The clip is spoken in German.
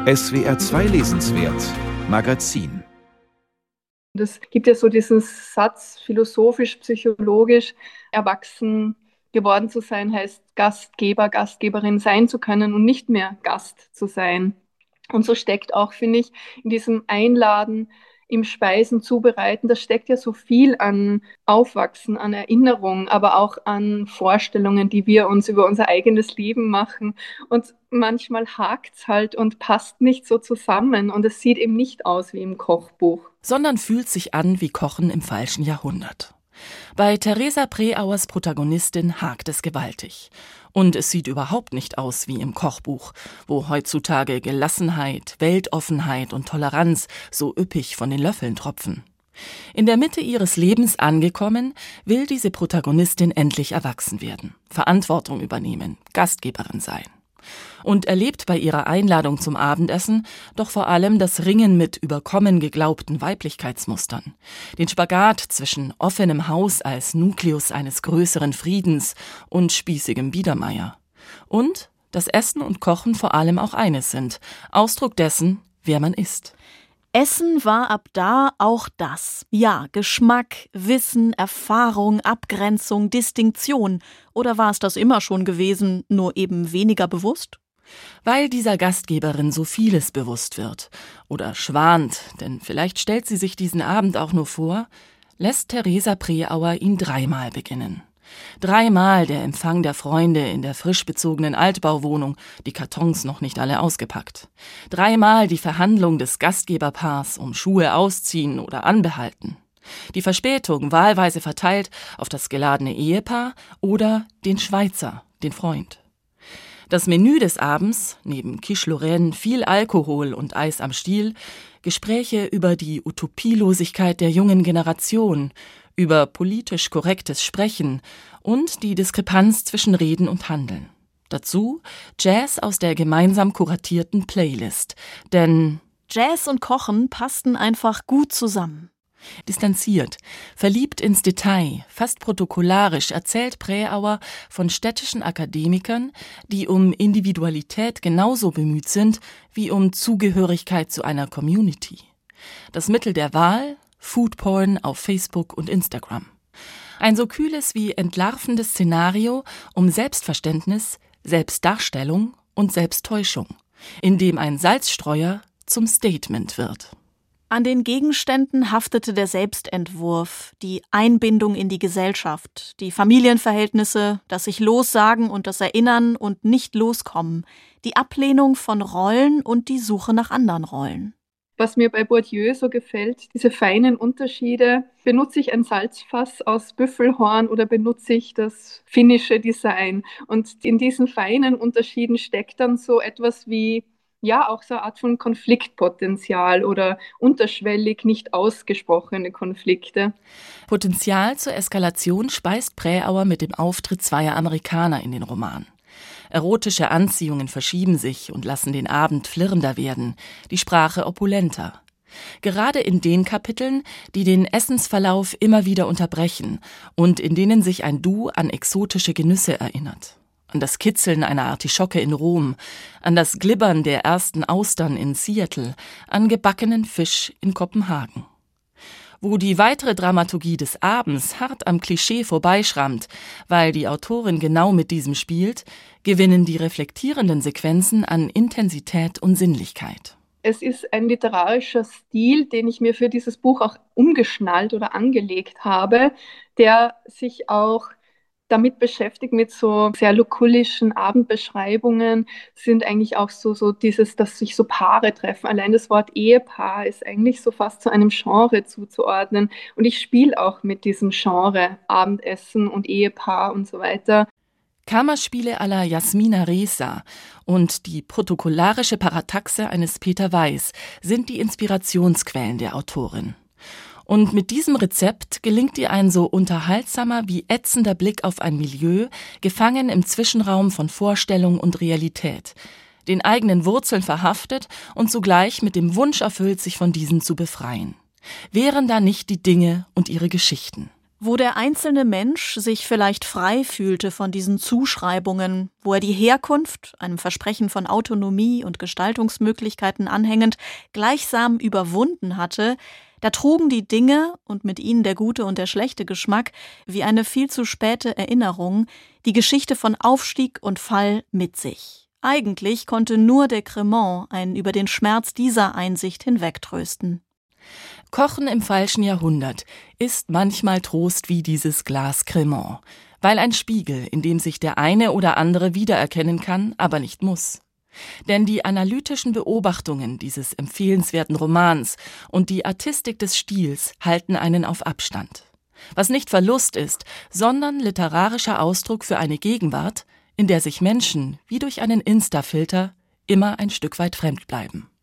SWR 2 Lesenswert Magazin. Es gibt ja so diesen Satz, philosophisch, psychologisch, erwachsen geworden zu sein, heißt Gastgeber, Gastgeberin sein zu können und nicht mehr Gast zu sein. Und so steckt auch, finde ich, in diesem Einladen, im Speisen zubereiten, da steckt ja so viel an Aufwachsen, an Erinnerung, aber auch an Vorstellungen, die wir uns über unser eigenes Leben machen. Und manchmal hakt's halt und passt nicht so zusammen und es sieht eben nicht aus wie im Kochbuch. Sondern fühlt sich an wie Kochen im falschen Jahrhundert. Bei Theresa Preauers Protagonistin hakt es gewaltig. Und es sieht überhaupt nicht aus wie im Kochbuch, wo heutzutage Gelassenheit, Weltoffenheit und Toleranz so üppig von den Löffeln tropfen. In der Mitte ihres Lebens angekommen, will diese Protagonistin endlich erwachsen werden, Verantwortung übernehmen, Gastgeberin sein. Und erlebt bei ihrer Einladung zum Abendessen doch vor allem das Ringen mit überkommen geglaubten Weiblichkeitsmustern, den Spagat zwischen offenem Haus als Nukleus eines größeren Friedens und spießigem Biedermeier. Und dass Essen und Kochen vor allem auch eines sind, Ausdruck dessen, wer man ist. Essen war ab da auch das. Ja, Geschmack, Wissen, Erfahrung, Abgrenzung, Distinktion. Oder war es das immer schon gewesen, nur eben weniger bewusst? Weil dieser Gastgeberin so vieles bewusst wird oder schwant, denn vielleicht stellt sie sich diesen Abend auch nur vor, lässt Theresa Preauer ihn 3-mal beginnen. 3-mal der Empfang der Freunde in der frisch bezogenen Altbauwohnung, die Kartons noch nicht alle ausgepackt. 3-mal die Verhandlung des Gastgeberpaars um Schuhe ausziehen oder anbehalten. Die Verspätung wahlweise verteilt auf das geladene Ehepaar oder den Schweizer, den Freund. Das Menü des Abends, neben Quiche Lorraine viel Alkohol und Eis am Stiel, Gespräche über die Utopielosigkeit der jungen Generation, über politisch korrektes Sprechen und die Diskrepanz zwischen Reden und Handeln. Dazu Jazz aus der gemeinsam kuratierten Playlist, denn Jazz und Kochen passten einfach gut zusammen. Distanziert, verliebt ins Detail, fast protokollarisch erzählt Preauer von städtischen Akademikern, die um Individualität genauso bemüht sind wie um Zugehörigkeit zu einer Community. Das Mittel der Wahl: Foodporn auf Facebook und Instagram. Ein so kühles wie entlarvendes Szenario um Selbstverständnis, Selbstdarstellung und Selbsttäuschung, in dem ein Salzstreuer zum Statement wird. An den Gegenständen haftete der Selbstentwurf, die Einbindung in die Gesellschaft, die Familienverhältnisse, das sich lossagen und das Erinnern und nicht loskommen, die Ablehnung von Rollen und die Suche nach anderen Rollen. Was mir bei Bourdieu so gefällt, diese feinen Unterschiede. Benutze ich ein Salzfass aus Büffelhorn oder benutze ich das finnische Design? Und in diesen feinen Unterschieden steckt dann so etwas wie, ja, auch so eine Art von Konfliktpotenzial oder unterschwellig nicht ausgesprochene Konflikte. Potenzial zur Eskalation speist Preauer mit dem Auftritt zweier Amerikaner in den Roman. Erotische Anziehungen verschieben sich und lassen den Abend flirrender werden, die Sprache opulenter. Gerade in den Kapiteln, die den Essensverlauf immer wieder unterbrechen und in denen sich ein Du an exotische Genüsse erinnert. An das Kitzeln einer Artischocke in Rom, an das Glibbern der ersten Austern in Seattle, an gebackenen Fisch in Kopenhagen. Wo die weitere Dramaturgie des Abends hart am Klischee vorbeischrammt, weil die Autorin genau mit diesem spielt, gewinnen die reflektierenden Sequenzen an Intensität und Sinnlichkeit. Es ist ein literarischer Stil, den ich mir für dieses Buch auch umgeschnallt oder angelegt habe, der sich auch damit beschäftigt, mit so sehr lukullischen Abendbeschreibungen, sind eigentlich auch so dieses, dass sich so Paare treffen. Allein das Wort Ehepaar ist eigentlich so fast zu einem Genre zuzuordnen. Und ich spiele auch mit diesem Genre Abendessen und Ehepaar und so weiter. Kammerspiele à la Jasmina Reza und die protokollarische Parataxe eines Peter Weiß sind die Inspirationsquellen der Autorin. Und mit diesem Rezept gelingt ihr ein so unterhaltsamer wie ätzender Blick auf ein Milieu, gefangen im Zwischenraum von Vorstellung und Realität, den eigenen Wurzeln verhaftet und zugleich mit dem Wunsch erfüllt, sich von diesen zu befreien. Wären da nicht die Dinge und ihre Geschichten? Wo der einzelne Mensch sich vielleicht frei fühlte von diesen Zuschreibungen, wo er die Herkunft, einem Versprechen von Autonomie und Gestaltungsmöglichkeiten anhängend, gleichsam überwunden hatte, da trugen die Dinge und mit ihnen der gute und der schlechte Geschmack wie eine viel zu späte Erinnerung die Geschichte von Aufstieg und Fall mit sich. Eigentlich konnte nur der Cremant einen über den Schmerz dieser Einsicht hinwegtrösten. Kochen im falschen Jahrhundert ist manchmal Trost wie dieses Glas Cremant, weil ein Spiegel, in dem sich der eine oder andere wiedererkennen kann, aber nicht muss. Denn die analytischen Beobachtungen dieses empfehlenswerten Romans und die Artistik des Stils halten einen auf Abstand. Was nicht Verlust ist, sondern literarischer Ausdruck für eine Gegenwart, in der sich Menschen, wie durch einen Insta-Filter, immer ein Stück weit fremd bleiben.